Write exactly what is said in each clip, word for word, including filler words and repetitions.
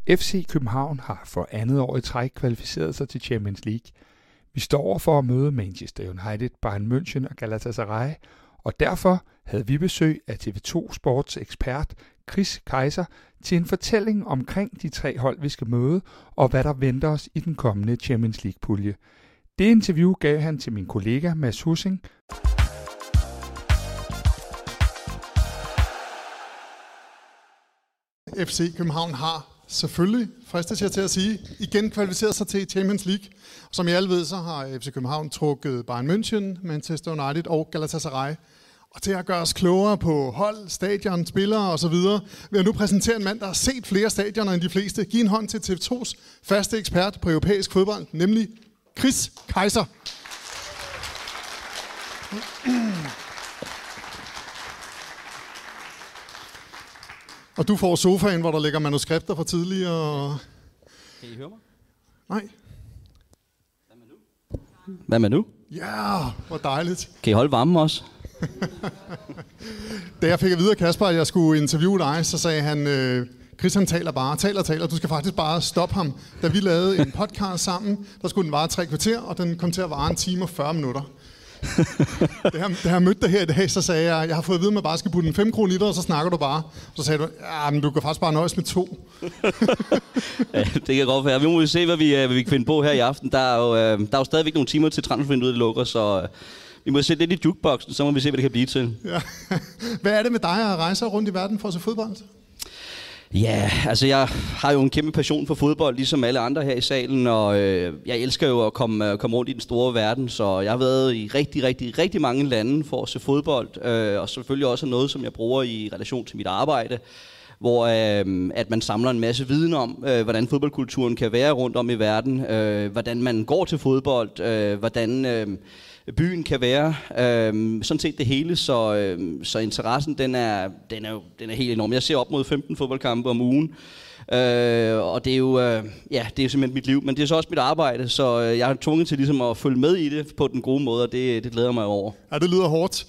F C København har for andet år i træk kvalificeret sig til Champions League. Vi står over for at møde Manchester United, Bayern München og Galatasaray, og derfor havde vi besøg af T V to Sports ekspert Chris Kejser til en fortælling omkring de tre hold, vi skal møde, og hvad der venter os i den kommende Champions League-pulje. Det interview gav han til min kollega Mads Hussing. F C København har selvfølgelig, fristes jeg til at sige, igen kvalificeret sig til Champions League. Som I alle ved, så har F C København trukket Bayern München, Manchester United og Galatasaray. Og til at gøre os klogere på hold, stadion, spillere osv., vil jeg nu præsentere en mand, der har set flere stadioner end de fleste. Giv en hånd til T V tos faste ekspert på europæisk fodbold, nemlig Chris Kejser. Og du får sofaen, hvor der ligger manuskripter fra tidligere. Kan I høre mig? Nej. Hvad med nu? Hvad med nu? Ja, hvor dejligt. Kan I holde varmen også? Da jeg fik at vide af Kasper, at jeg skulle interviewe dig, så sagde han, øh, Chris han taler bare, taler taler, du skal faktisk bare stoppe ham. Da vi lavede en podcast sammen, der skulle den vare tre kvarter, og den kom til at vare en time og fyrre minutter. da, jeg, da jeg mødte dig her i dag, så sagde jeg, jeg har fået at vide, at man bare skal putte en fem kroner liter, og så snakker du bare. Så sagde du, ja, men du kan faktisk bare nøjes med to. Ja, det kan godt være. Vi må se, hvad vi, hvad vi kan finde på her i aften. Der er jo, der er jo stadigvæk nogle timer til transfervinduet, det lukker, så vi må sætte lidt i jukeboxen, så må vi se, hvad det kan blive til. Ja. Hvad er det med dig at rejse rundt i verden for at se fodbold? Ja, altså jeg har jo en kæmpe passion for fodbold, ligesom alle andre her i salen, og øh, jeg elsker jo at komme, øh, komme rundt i den store verden, så jeg har været i rigtig, rigtig, rigtig mange lande for at se fodbold, øh, og selvfølgelig også noget, som jeg bruger i relation til mit arbejde, hvor øh, at man samler en masse viden om, øh, hvordan fodboldkulturen kan være rundt om i verden, øh, hvordan man går til fodbold, øh, hvordan øh, byen kan være, øh, sådan set det hele, så, øh, så interessen den er, den, er jo, den er helt enorm. Jeg ser op mod femten fodboldkampe om ugen, øh, og det er jo øh, ja, det er simpelthen mit liv, men det er så også mit arbejde, så øh, jeg er tvunget til ligesom at følge med i det på den gode måde, og det, det glæder mig over. Ja, det lyder hårdt.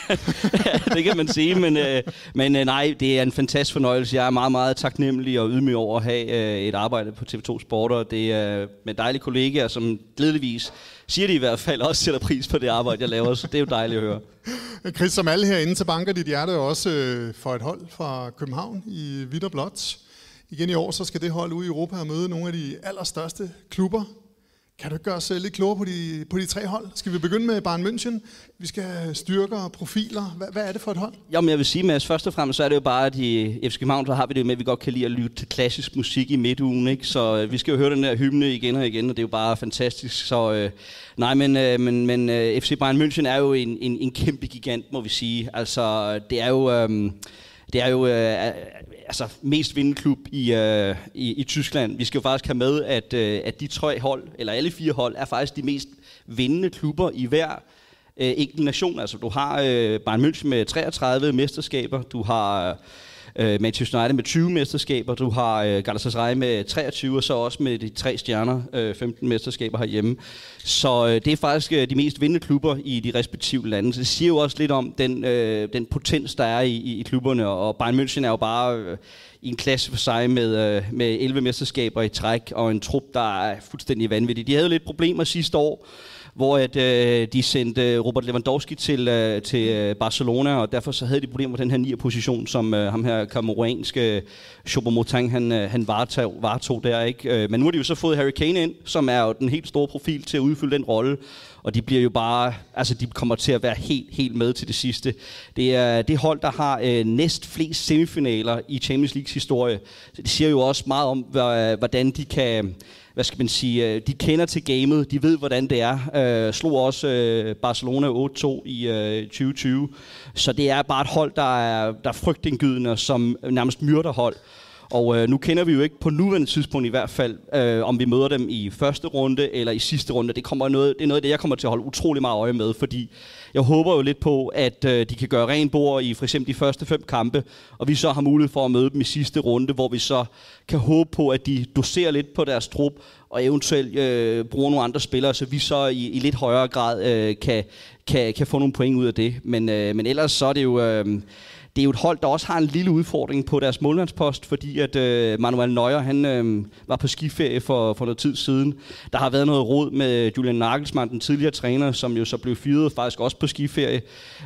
Ja, det kan man sige, men, øh, men øh, nej, det er en fantastisk fornøjelse. Jeg er meget, meget taknemmelig og ydmyg over at have øh, et arbejde på T V to Sport, og det er med dejlige kollegaer, som glædeligvis siger de i hvert fald også sætter pris på det arbejde, jeg laver, så det er jo dejligt at høre. Chris, som alle herinde, så banker dit hjerte også øh, for et hold fra København i hvidt og blåt. Igen i år, så skal det hold ude i Europa og møde nogle af de allerstørste klubber. Kan du gøre os lidt klogere på de, på de tre hold? Skal vi begynde med Bayern München? Vi skal have styrker og profiler. Hvad, hvad er det for et hold? Jamen jeg vil sige, Mads, først og fremmest så er det jo bare, at i F C København, så har vi det jo med, at vi godt kan lide at lytte til klassisk musik i midtugen, ikke? Så øh, vi skal jo høre den der hymne igen og igen, og det er jo bare fantastisk. Så øh, nej, men, øh, men, men øh, F C Bayern München er jo en, en, en kæmpe gigant, må vi sige. Altså, det er jo... Øh, Det er jo øh, altså mest vindende klub i, øh, i, i Tyskland. Vi skal jo faktisk have med, at, øh, at de tre hold, eller alle fire hold, er faktisk de mest vindende klubber i hver øh, enkelt nation. Altså du har øh, Bayern München med treogtredive mesterskaber, du har øh, Manchester United med tyve mesterskaber, du har øh, Galatasaray med treogtyve, og så også med de tre stjerner, øh, femten mesterskaber herhjemme. Så øh, det er faktisk øh, de mest vindende klubber i de respektive lande. Så det siger jo også lidt om den, øh, den potens, der er i, i, i klubberne, og Bayern München er jo bare øh, i en klasse for sig med, øh, med elleve mesterskaber i træk, og en trup, der er fuldstændig vanvittig. De havde jo lidt problemer sidste år, hvor at, øh, de sendte Robert Lewandowski til, øh, til Barcelona, og derfor så havde de problemer med den her nier position, som øh, ham her cameroanske Choupo-Moting, han, øh, han varetog, varetog der, ikke? Men nu har de jo så fået Harry Kane ind, som er jo den helt store profil til at udfylde den rolle, og de bliver jo bare, altså de kommer til at være helt, helt med til det sidste. Det er det hold, der har øh, næst flest semifinaler i Champions Leagues historie. Så det siger jo også meget om, hvordan de kan... Hvad skal man sige, de kender til gamet, de ved, hvordan det er. Øh, slog også øh, Barcelona otte to i øh, tyve tyve. Så det er bare et hold, der er, der er frygtindgydende, som nærmest myrder hold. Og øh, nu kender vi jo ikke på nuværende tidspunkt i hvert fald, øh, om vi møder dem i første runde eller i sidste runde. Det, kommer noget, det er noget af det, jeg kommer til at holde utrolig meget øje med, fordi jeg håber jo lidt på, at øh, de kan gøre ren bord i for eksempel de første fem kampe, og vi så har mulighed for at møde dem i sidste runde, hvor vi så kan håbe på, at de doserer lidt på deres trup, og eventuelt øh, bruger nogle andre spillere, så vi så i, i lidt højere grad øh, kan, kan, kan få nogle point ud af det. Men, øh, men ellers så er det jo... Øh, det er jo et hold, der også har en lille udfordring på deres målmandspost, fordi at øh, Manuel Neuer, han øh, var på skiferie for, for noget tid siden. Der har været noget rod med Julian Nagelsmann, den tidligere træner, som jo så blev fyret faktisk også på skiferie.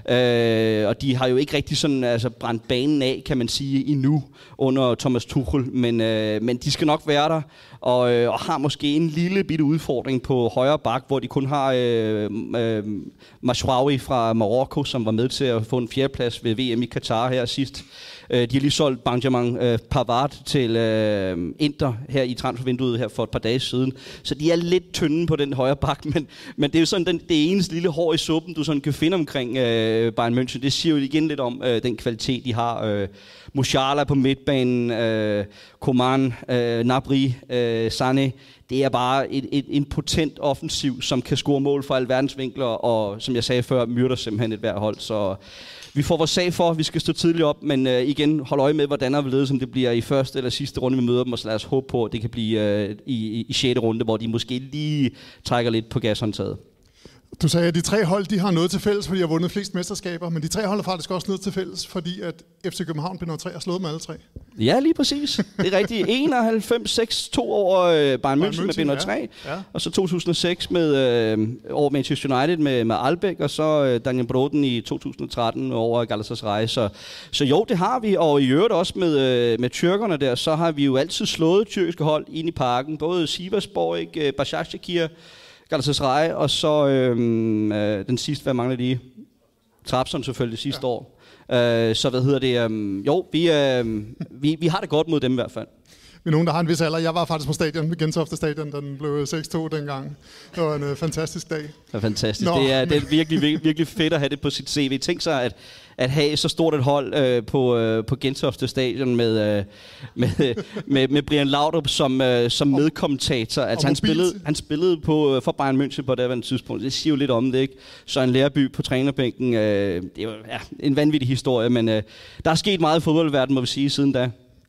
Øh, og de har jo ikke rigtig sådan, altså, brændt banen af, kan man sige, endnu under Thomas Tuchel, men, øh, men de skal nok være der, og, øh, og har måske en lille bitte udfordring på højre bak, hvor de kun har øh, øh, Mashraoui fra Marokko, som var med til at få en fjerdeplads ved V M i Katar her sidst. Øh, de har lige solgt Benjamin øh, Pavard til øh, Inter her i transfervinduet her for et par dage siden, så de er lidt tynde på den højre bak, men, men det er jo sådan den, det eneste lille hår i suppen, du sådan kan finde omkring øh, Bayern München. Det siger jo igen lidt om øh, den kvalitet, de har. Øh, Musiala på midtbanen, øh, Coman, øh, Gnabry, øh, Sané. Det er bare et, et, en potent offensiv, som kan score mål fra alle verdensvinkler, og som jeg sagde før, myrder simpelthen et hver hold. Så vi får vores sag for, vi skal stå tidligt op, men øh, igen, hold øje med, hvordan og hvorledes, som det bliver i første eller sidste runde, vi møder dem, og så lad os håbe på, at det kan blive øh, i, i, i sjette runde, hvor de måske lige trækker lidt på gashåndtaget. Du sagde, at de tre hold, de har noget til fælles, fordi de har vundet flest mesterskaber, men de tre hold har faktisk også noget til fælles, fordi at F C København B nul tre har slået dem alle tre. Ja, lige præcis. Det er rigtigt. enoghalvfems seks to over øh, Bayern München med B nul tre, ja. Ja. Og så to tusind og seks med, øh, over Manchester United med, med Albeck, og så øh, Daniel Broden i to tusind og tretten over Galatasaray. Så, så jo, det har vi, og i øvrigt også med, øh, med tyrkerne der, så har vi jo altid slået tyrkiske hold ind i parken. Både Sivasspor, øh, Başakşehir, Galatasaray, og så øhm, øh, den sidste, hvad mangler de? Trabzon selvfølgelig sidste ja. år. Øh, så hvad hedder det? Øhm, jo, vi, øh, vi, vi har det godt mod dem i hvert fald. Vi er nogen, der har en vis alder. Jeg var faktisk på stadion, ved Gentofte Stadion, da den blev seks to dengang. Det var en øh, fantastisk dag. Det er fantastisk. Det er, det er virkelig, virkelig, virkelig fedt at have det på sit C V. Tænk sig, at, at have så stort et hold øh, på, øh, på Gentofte Stadion med, øh, med, med, med Brian Laudrup som, øh, som medkommentator. Altså, han, spillede, han spillede på, for Bayern München på det tidspunkt. Det siger jo lidt om det, ikke? Så en Lærby på trænerbænken. Øh, det er jo ja, en vanvittig historie, men øh, der er sket meget i fodboldverdenen, må vi sige, siden da.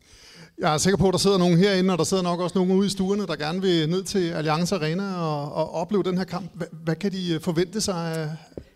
Jeg er sikker på, at der sidder nogen herinde, og der sidder nok også nogen ude i stuerne, der gerne vil ned til Allianz Arena og, og opleve den her kamp. Hvad, hvad kan de forvente sig?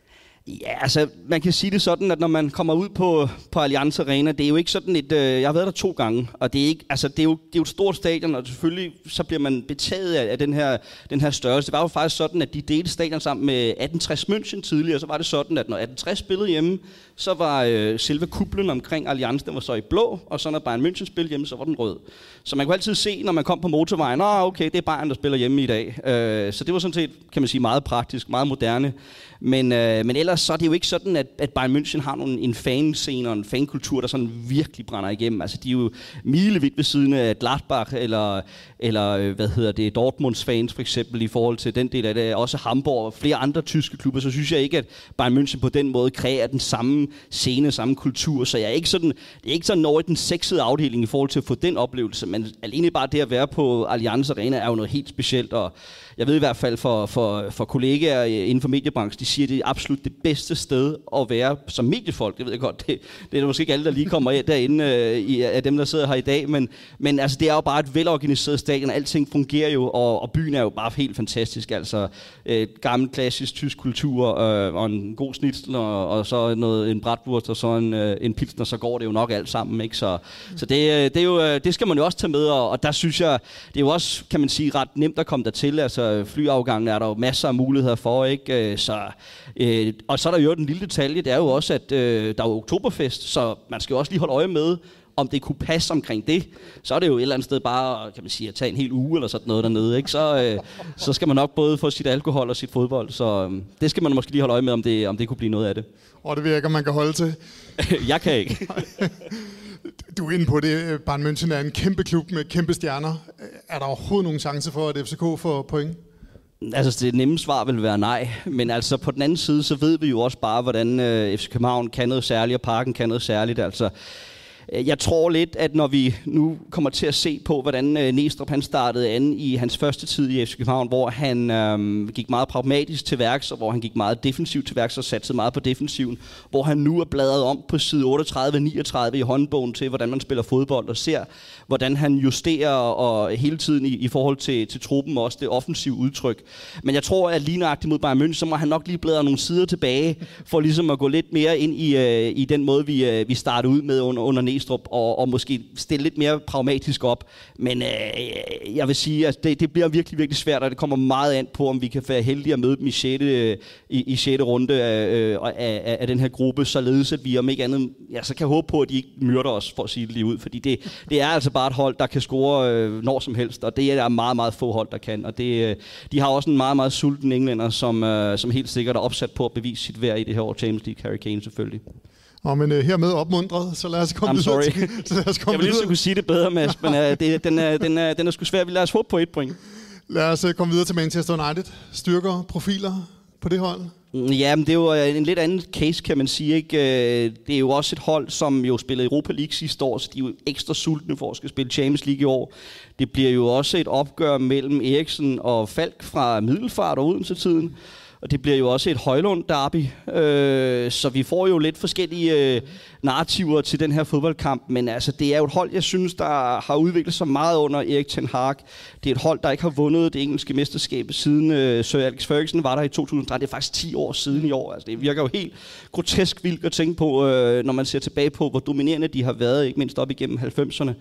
Ja, altså man kan sige det sådan, at når man kommer ud på, på Allianz Arena, det er jo ikke sådan et... Øh, jeg har været der to gange, og det er, ikke, altså, det er, jo, det er jo et stort stadion, og selvfølgelig så bliver man betaget af, af den, her, den her størrelse. Det var jo faktisk sådan, at de delte stadion sammen med atten tres München tidligere, så var det sådan, at når atten tres spillede hjemme, så var øh, selve kuplen omkring Allianz, den var så i blå, og så når Bayern München spillede hjemme, så var den rød. Så man kunne altid se, når man kom på motorvejen, åh okay, det er Bayern, der spiller hjemme i dag. Øh, så det var sådan set, kan man sige, meget praktisk, meget moderne. Men, øh, men ellers så er det jo ikke sådan, at, at Bayern München har nogle, en fanscene og en fankultur, der sådan virkelig brænder igennem. Altså de er jo milevidt ved siden af Gladbach eller, eller hvad hedder det, Dortmunds fans for eksempel i forhold til den del af det. Også Hamburg og flere andre tyske klubber, så synes jeg ikke, at Bayern München på den måde kræver den samme scene, samme kultur. Så jeg er ikke sådan, det er ikke sådan over i den sexede afdeling i forhold til at få den oplevelse, men alene bare det at være på Allianz Arena er jo noget helt specielt, og jeg ved i hvert fald for, for, for kollegaer inden for mediebranchen, de siger, at det er absolut det bedste sted at være som mediefolk. Det ved jeg godt, det, det er måske ikke alle, der lige kommer derinde øh, i, af dem, der sidder her i dag, men, men altså, det er jo bare et velorganiseret stadion, alting fungerer jo, og, og byen er jo bare helt fantastisk. Altså øh, gammel, klassisk tysk kultur, øh, og en god snitsel, og, og så noget, en bratwurst, og så en, øh, en pilsner, så går det jo nok alt sammen. Ikke? Så, så det, det, er jo, det skal man jo også tage med, og, og der synes jeg, det er jo også, kan man sige, ret nemt at komme dertil. Altså flyafgangen er der jo masser af muligheder for, ikke? Så, øh, og så er der jo den lille detalje, det er jo også, at øh, der er jo oktoberfest, så man skal jo også lige holde øje med, om det kunne passe omkring det. Så er det jo et eller andet sted bare, kan man sige, at tage en hel uge eller sådan noget dernede, ikke? Så, øh, så skal man nok både få sit alkohol og sit fodbold, så øh, det skal man måske lige holde øje med, om det, om det kunne blive noget af det. Og det virker, man kan holde til. Jeg kan ikke. Du er inde på det. Bayern München er en kæmpe klub med kæmpe stjerner. Er der overhovedet nogen chance for, at F C K får point? Altså det nemme svar vil være nej, men altså på den anden side, så ved vi jo også bare, hvordan øh, F C København kan noget særligt, og Parken kan noget særligt. Altså Jeg tror lidt, at når vi nu kommer til at se på, hvordan øh, Næstrup han startede an i hans første tid i F C København, hvor han øh, gik meget pragmatisk til værks, og hvor han gik meget defensivt til værks og satsede meget på defensiven, hvor han nu er bladret om på side otteogtredive niogtredive i håndbogen til, hvordan man spiller fodbold, og ser, hvordan han justerer og hele tiden i, i forhold til, til truppen, også det offensive udtryk. Men jeg tror, at lige nøjagtigt mod Bayern München, så må han nok lige bladre nogle sider tilbage, for ligesom at gå lidt mere ind i, øh, i den måde, vi, øh, vi startede ud med under, under Næstrup, og, og måske stille lidt mere pragmatisk op. Men øh, jeg vil sige, at det, det bliver virkelig, virkelig svært, og det kommer meget an på, om vi kan være heldige at møde dem i sjette i, i sjette runde af, af, af den her gruppe, således at vi om ikke andet, ja, så kan jeg håbe på, at de ikke myrder os, for at sige det lige ud, fordi det, det er altså bare et hold, der kan score øh, når som helst, og det er der meget, meget få hold, der kan, og det, de har også en meget, meget sulten englænder, som, øh, som helt sikkert er opsat på at bevise sit værd i det her år, Champions League, Harry Kane selvfølgelig. Nå, men øh, hermed opmuntret, så lad os komme I'm videre. sorry. Til, så lad os komme jeg ville lige så kunne sige det bedre, Mads, men øh, det, den, er, den, er, den er sgu svær. Vi lader os håbe på et point. Lad os uh, komme videre til Manchester United. Styrker, profiler på det hold? Ja, men det er jo en lidt anden case, kan man sige, ikke? Det er jo også et hold, som jo spillede Europa League sidste år, så de er jo ekstra sultne for at skal spille Champions League i år. Det bliver jo også et opgør mellem Eriksen og Falk fra Middelfart og Odense-tiden. Og det bliver jo også et Højlund-derby, øh, så vi får jo lidt forskellige øh, narrativer til den her fodboldkamp, men altså, det er jo et hold, jeg synes, der har udviklet sig meget under Erik ten Hag. Det er et hold, der ikke har vundet det engelske mesterskab siden øh, Sir Alex Ferguson var der i to tusind og tretten. Det er faktisk ti år siden i år. Altså, det virker jo helt grotesk vildt at tænke på, øh, når man ser tilbage på, hvor dominerende de har været, ikke mindst op igennem halvfemserne.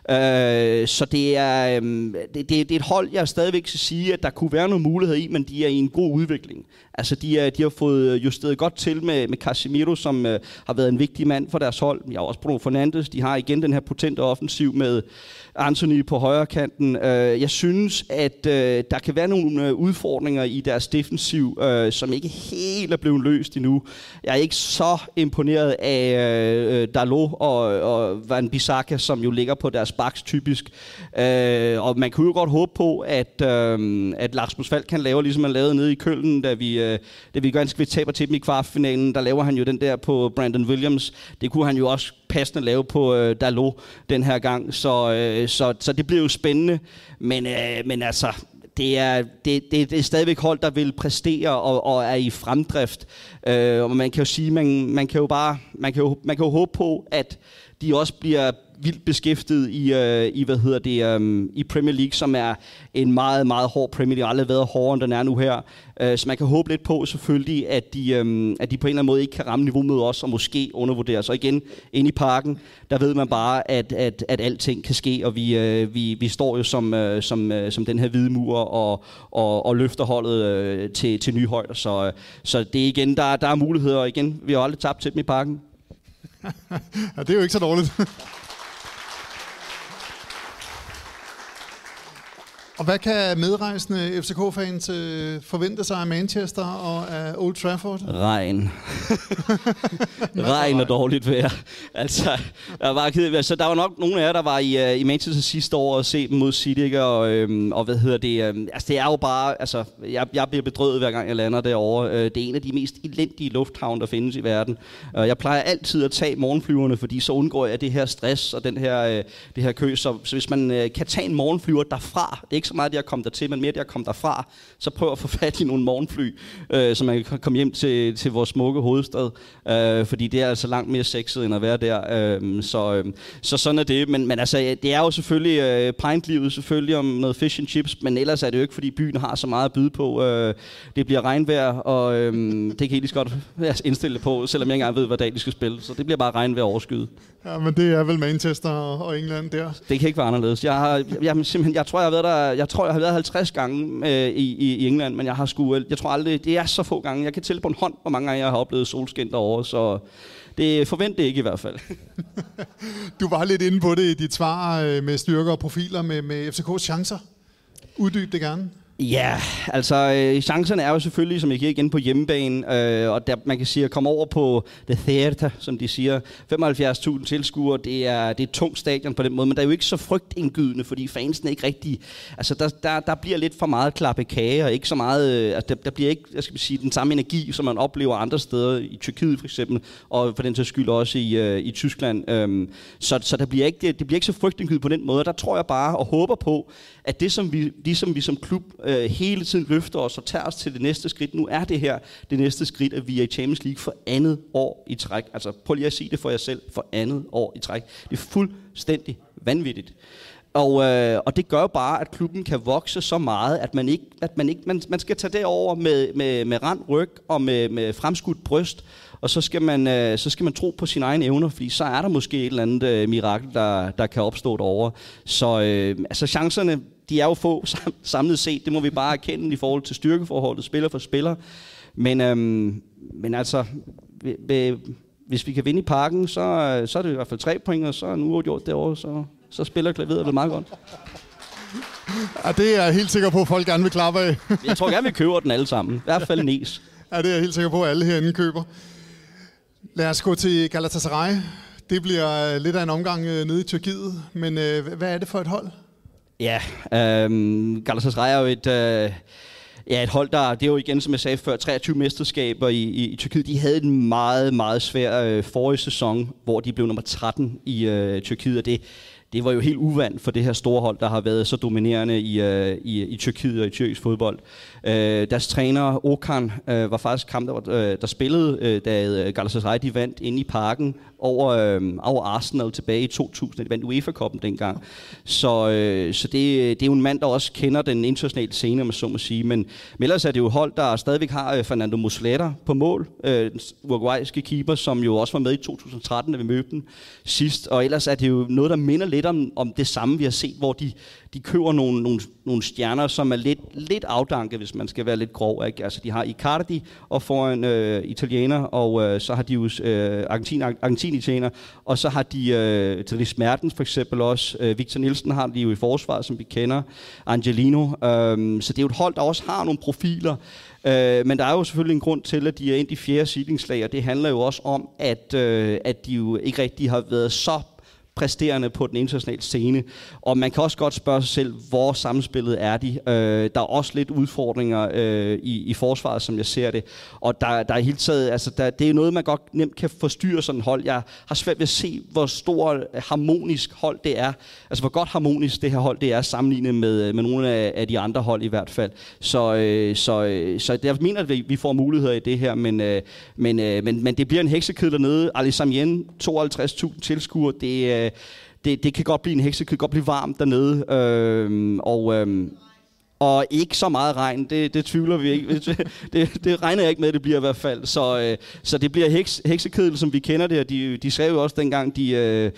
Øh, så det er, øh, det, det, det er et hold, jeg stadigvæk skal sige, at der kunne være nogle muligheder i, men de er i en god udvikling. Altså, de, er, de har fået justeret godt til med, med Casemiro, som øh, har været en vigtig mand for deres hold. Jeg har også Bruno Fernandes. De har igen den her potente offensiv med Anthony på højre kanten. Øh, jeg synes, at øh, der kan være nogle øh, udfordringer i deres defensiv, øh, som ikke helt er blevet løst endnu. Jeg er ikke så imponeret af øh, Dalot og, og Van Bissaka, som jo ligger på deres baks typisk. Øh, og man kunne jo godt håbe på, at, øh, at Rasmus Falk kan lave, ligesom han lavede nede i Køln, da vi, øh, da vi ganske ved taber til dem i kvartfinalen. Der laver han jo den der på Brandon Williams. Det kunne han jo også passende lave på øh, Dalot den her gang. Så, øh, så, så det bliver jo spændende. Men, øh, men altså, det er, det, det, det er stadigvæk hold, der vil præstere og, og er i fremdrift. Øh, og man kan jo sige, man, man kan jo bare, man kan jo, man kan jo håbe på, at de også bliver vildt beskæftiget i, øh, i, hvad hedder det, um, i Premier League, som er en meget, meget hård Premier League. Aldrig været hårdere, end den er nu her. Uh, så man kan håbe lidt på selvfølgelig, at de, um, at de på en eller anden måde ikke kan ramme niveau med os, og måske undervurdere. Så igen, inde i parken, der ved man bare, at, at, at alting kan ske, og vi, uh, vi, vi står jo som, uh, som, uh, som den her hvide mur og, og, og løfter holdet uh, til, til nye højder. Så, uh, så det er igen, der, der er muligheder, og igen, vi har aldrig tabt til dem i parken. Ja, det er jo ikke så dårligt. Og hvad kan medrejsende F C K-fans øh, forvente sig af Manchester og af Old Trafford? Regn. Regn og dårligt vejr. Altså, jeg var ked af, så der var nok nogle af jer, der var i, uh, i Manchester sidste år og se dem mod City, ikke? Og, øhm, og hvad hedder det? Øhm, altså, det er jo bare, altså, jeg, jeg bliver bedrøvet hver gang jeg lander derovre. Øh, det er en af de mest elendige lufthavne, der findes i verden. Uh, jeg plejer altid at tage morgenflyverne, fordi så undgår jeg det her stress og den her, øh, det her kø. Så, så hvis man øh, kan tage en morgenflyver derfra, det er ikke så meget det at komme dertil, men mere det at komme derfra, så prøv at få fat i nogle morgenfly, øh, så man kan komme hjem til, til vores smukke hovedstad, øh, fordi det er altså langt mere sexet end at være der. Øh, så, øh, så sådan er det, men, men altså, det er jo selvfølgelig øh, pintlivet selvfølgelig om noget fish and chips, men ellers er det jo ikke, fordi byen har så meget at byde på. Øh, det bliver regnvejr, og øh, det kan I lige så godt indstille på, selvom jeg ikke engang ved, hvad dag de skal spille, så det bliver bare regnvejr og overskyet. Ja, men det er vel Manchester og England der. Det kan ikke være anderledes. Jeg har, jeg, simpelthen, jeg tror, jeg har været der, jeg tror, jeg har været halvtreds gange øh, i, i England, men jeg har sgu, jeg tror aldrig, det er så få gange. Jeg kan tælle på en hånd, hvor mange gange jeg har oplevet solskin derovre, så det forventer ikke i hvert fald. Du var lidt inde på det i dit svar med styrker og profiler med, med F C K's chancer. Uddyb det gerne. Ja, altså øh, chancerne er jo selvfølgelig, som jeg giver igen på hjemmebane, øh, og der, man kan sige at komme over på The Theater, som de siger, femoghalvfjerds tusind tilskuere, det er, det er et tungt stadion på den måde, men der er jo ikke så frygtindgydende, fordi fansene ikke rigtig, altså der, der, der bliver lidt for meget klappe kage, og ikke så meget, øh, altså der, der bliver ikke, jeg skal sige, den samme energi, som man oplever andre steder, i Tyrkiet for eksempel, og for den sags skyld også i, øh, i Tyskland, øh, så, så der bliver ikke, det, det bliver ikke så frygtindgydende på den måde, og der tror jeg bare og håber på, at det som vi, det, som vi som klub øh, hele tiden løfter os og tager os til det næste skridt. Nu er det her det næste skridt, at vi er i Champions League for andet år i træk. Altså prøv lige at sige det for jer selv, for andet år i træk. Det er fuldstændig vanvittigt. Og, øh, og det gør jo bare, at klubben kan vokse så meget, at man ikke, at man ikke, man, man skal tage det over med, med, med rand ryg og med, med fremskudt bryst, og så skal man, øh, så skal man tro på sine egne evner, fordi så er der måske et eller andet øh, mirakel, der, der kan opstå derovre. Så øh, altså chancerne, de er jo få samlet set, det må vi bare erkende i forhold til styrkeforholdet, spiller for spiller. Men, øhm, men altså, hvis vi kan vinde i Parken, så, så er det i hvert fald tre point, og så er nu gjort derovre, så, så spiller klaveret vel meget godt. Ja, det er jeg helt sikker på, at folk gerne vil klappe af. Jeg tror gerne, vi køber den alle sammen. I hvert fald Nes. Ja, det er jeg helt sikker på, at alle herinde køber. Lad os gå til Galatasaray. Det bliver lidt af en omgang nede i Tyrkiet, men øh, hvad er det for et hold? Ja, øh, Galatasaray er jo et, øh, ja, et hold, der, det er jo igen, som jeg sagde før, treogtyve mesterskaber i, i, i Tyrkiet. De havde en meget, meget svær øh, forrige sæson, hvor de blev nummer tretten i øh, Tyrkiet, og det, det var jo helt uvandt for det her store hold, der har været så dominerende i, øh, i, i Tyrkiet og i tyrkisk fodbold. Øh, deres træner, Okan, øh, var faktisk kamp, der, øh, der spillede, øh, da Galatasaray de vandt inde i Parken over, øh, over Arsenal tilbage i to tusind. De vandt UEFA-cupen dengang. Så, øh, så det, det er jo en mand, der også kender den internationale scene, man så må sige. Men, men ellers er det jo et hold, der stadigvæk har øh, Fernando Muslera på mål. Øh, den uruguayske keeper, som jo også var med i to tusind tretten, da vi mødte dem sidst. Og ellers er det jo noget, der minder lidt om, om det samme, vi har set, hvor de, de køber nogle, nogle, nogle stjerner, som er lidt, lidt afdanket, hvis man skal være lidt grov. Ikke? Altså, de har Icardi og foran øh, italiener, og øh, så har de jo øh, Argentin, Argentin-italiener, og så har de øh, Dries Mertens for eksempel også. Øh, Victor Nielsen har de jo i forsvaret, som vi kender. Angelino. Øh, så det er jo et hold, der også har nogle profiler. Øh, men der er jo selvfølgelig en grund til, at de er endt i fjerde seedingslag, og det handler jo også om, at, øh, at de jo ikke rigtig har været så præsterende på den internationale scene. Og man kan også godt spørge sig selv, hvor samspillet er de. Øh, der er også lidt udfordringer øh, i, i forsvaret, som jeg ser det. Og der, der er helt taget, altså der, det er noget, man godt nemt kan forstyrre sådan et hold. Jeg har svært ved at se, hvor stor harmonisk hold det er. Altså hvor godt harmonisk det her hold det er, sammenlignet med, med nogle af, af de andre hold i hvert fald. Så, øh, så, øh, så jeg mener, at vi, vi får muligheder i det her, men, øh, men, øh, men, men det bliver en heksekedel dernede. Ali Samien, tooghalvtreds tusind tilskuere, det er Det, det kan godt blive en heksekød, det kan godt blive varmt dernede, øhm, og, øhm, og ikke så meget regn, det, det tvivler vi ikke, det, det, det regner jeg ikke med, det bliver i hvert fald, så, øh, så det bliver heks, heksekedel, som vi kender det, og de, de skrev jo også dengang, de, øh,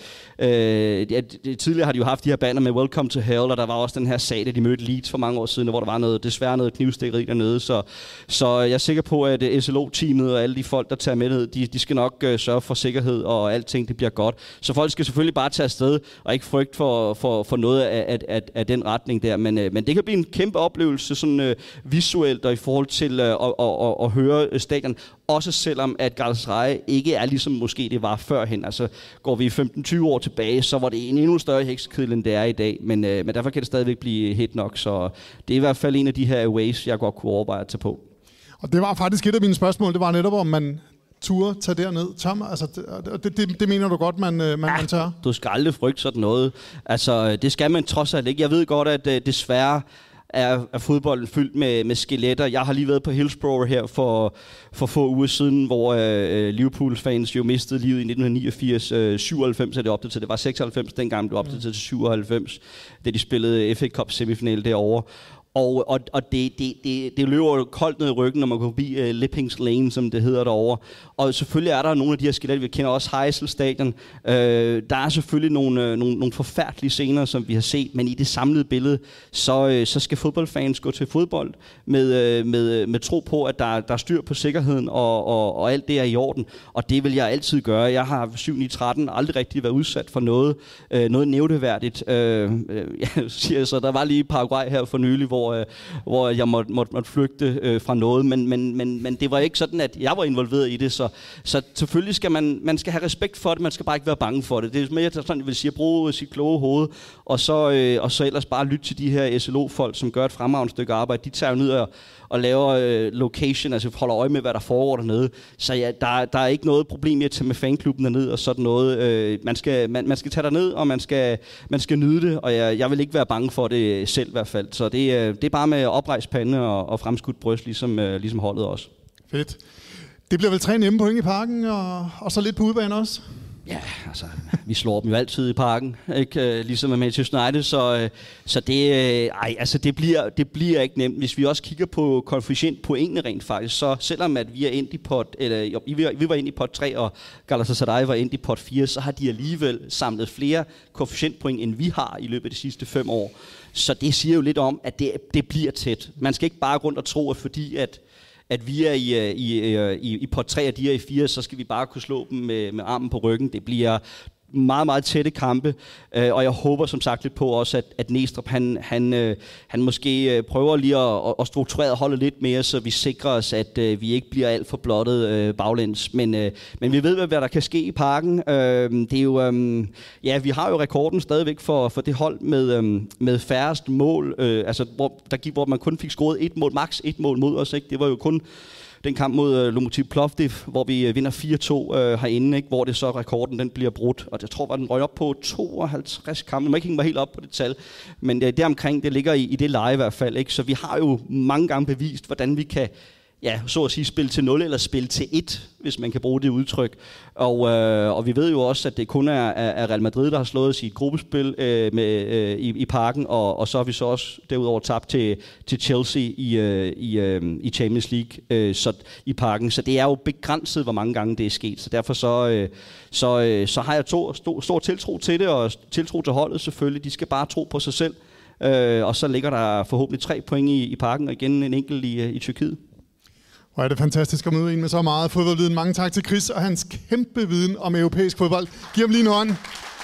øh, de, de, tidligere har de jo haft de her banner med Welcome to Hell, og der var også den her sag, da de mødte Leeds for mange år siden, hvor der var noget, desværre noget knivstikkeri dernede, så, så jeg er sikker på, at S L O-teamet og alle de folk, der tager med ned, de, de skal nok øh, sørge for sikkerhed, og alting, det bliver godt. Så folk skal selvfølgelig bare tage afsted, og ikke frygte for, for, for noget af, af, af, af den retning der, men, øh, men det kan blive en kæmpe oplevelse sådan øh, visuelt og i forhold til øh, at, at, at, at høre stadion, også selvom at Galatasaray ikke er ligesom måske det var førhen. Altså går vi femten tyve år tilbage, så var det en endnu større heksekedel, end det er i dag, men, øh, men derfor kan det stadigvæk blive hit nok, så det er i hvert fald en af de her ways, jeg godt kunne overveje at tage på. Og det var faktisk et af mine spørgsmål, det var netop om man turde tage derned. Tom, altså, det, det, det mener du godt, man, man, ja, man tør? Du skal aldrig frygte sådan noget. Altså, det skal man trods alt ikke. Jeg ved godt, at øh, desværre er, er fodbolden fyldt med, med skeletter. Jeg har lige været på Hillsborough her for, for få uger siden, hvor øh, Liverpool-fans jo mistede livet i nitten niogfirs. Øh, syvoghalvfems er det opdateret. Det var seksoghalvfems dengang, det blev opdateret til syvoghalvfems, da de spillede F A Cup semifinal derovre. Og, og, og det, det, det, det løber jo koldt ned i ryggen, når man går forbi uh, Lippings Lane, som det hedder derovre. Og selvfølgelig er der nogle af de her skeletter, vi kender også Heysel Stadion. Uh, der er selvfølgelig nogle, uh, nogle, nogle forfærdelige scener, som vi har set, men i det samlede billede, så, uh, så skal fodboldfans gå til fodbold med, uh, med, med tro på, at der, der er styr på sikkerheden, og, og, og alt det er i orden. Og det vil jeg altid gøre. Jeg har syv ni tretten aldrig rigtig været udsat for noget, uh, noget nævneværdigt. Uh, jeg siger så, der var lige Paraguay her for nylig, hvor hvor, øh, hvor jeg måtte, måtte, måtte flygte øh, fra noget, men, men, men, men det var ikke sådan, at jeg var involveret i det, så, så selvfølgelig skal man, man skal have respekt for det, man skal bare ikke være bange for det. Det er mere sådan, jeg vil sige, at bruge sit kloge hoved, og så, øh, og så ellers bare lytte til de her S L O-folk, som gør et fremragende stykke arbejde. De tager jo ned og, og laver øh, location, altså holder øje med, hvad der foregår dernede. Så ja, der, der er ikke noget problem i at tage med fanklubben derned og sådan noget. Øh, man, skal, man, man skal tage derned, og man skal, man skal nyde det, og jeg, jeg vil ikke være bange for det selv i hvert fald. Så det, øh, det er bare med oprejst pande og, og fremskudt bryst, ligesom, øh, ligesom holdet også. Fedt. Det bliver vel tre nemme point i parken, og, og så lidt på udebane også? Ja, altså, vi slår dem jo altid i parken, ikke? Ligesom med Manchester United, så, så det, ej, altså det, bliver, det bliver ikke nemt. Hvis vi også kigger på koefficient pointene rent faktisk, så selvom at vi er endt i pot, eller vi var endt i pot tre, og Galatasaray var endt i pot fire, så har de alligevel samlet flere koefficientpoint, end vi har i løbet af de sidste fem år. Så det siger jo lidt om, at det, det bliver tæt. Man skal ikke bare rundt og tro, at fordi at at vi er i, i, i, i pot tre, og de er i fire, så skal vi bare kunne slå dem med, med armen på ryggen. Det bliver meget, meget tætte kampe, øh, og jeg håber som sagt lidt på også, at, at Næstrup, han, han, øh, han måske prøver lige at, at strukturere holdet lidt mere, så vi sikrer os, at øh, vi ikke bliver alt for blottet øh, baglæns. Men, øh, men vi ved, hvad der kan ske i parken. Øh, det er jo, øh, ja, vi har jo rekorden stadigvæk for, for det hold med, øh, med færrest mål, øh, altså hvor, der, hvor man kun fik scoret et mål, maks et mål mod os. Ikke? Det var jo kun den kamp mod uh, Lokomotiv Plovdiv, hvor vi uh, vinder fire to uh, herinde, ikke? Hvor det så rekorden den bliver brudt. Og jeg tror, at den røg op på tooghalvtreds kampe. Jeg må ikke hænge mig helt op på det tal, men uh, deromkring, det ligger i, i det leje i hvert fald. Ikke? Så vi har jo mange gange bevist, hvordan vi kan, ja, så at sige, spille til nul eller spille til et, hvis man kan bruge det udtryk. Og, øh, og vi ved jo også, at det kun er, er Real Madrid, der har slået os i et gruppespil øh, med, øh, i, i parken, og, og så har vi så også derudover tabt til, til Chelsea i, øh, i, øh, i Champions League øh, så, i parken. Så det er jo begrænset, hvor mange gange det er sket. Så derfor så, øh, så, øh, så har jeg to, stor, stor tiltro til det, og tiltro til holdet selvfølgelig. De skal bare tro på sig selv. Øh, og så ligger der forhåbentlig tre point i, i parken, og igen en enkelt i, i Tyrkiet. Og er det fantastisk at møde en med så meget fodboldviden. Mange tak til Chris og hans kæmpe viden om europæisk fodbold. Giv ham lige en hånd.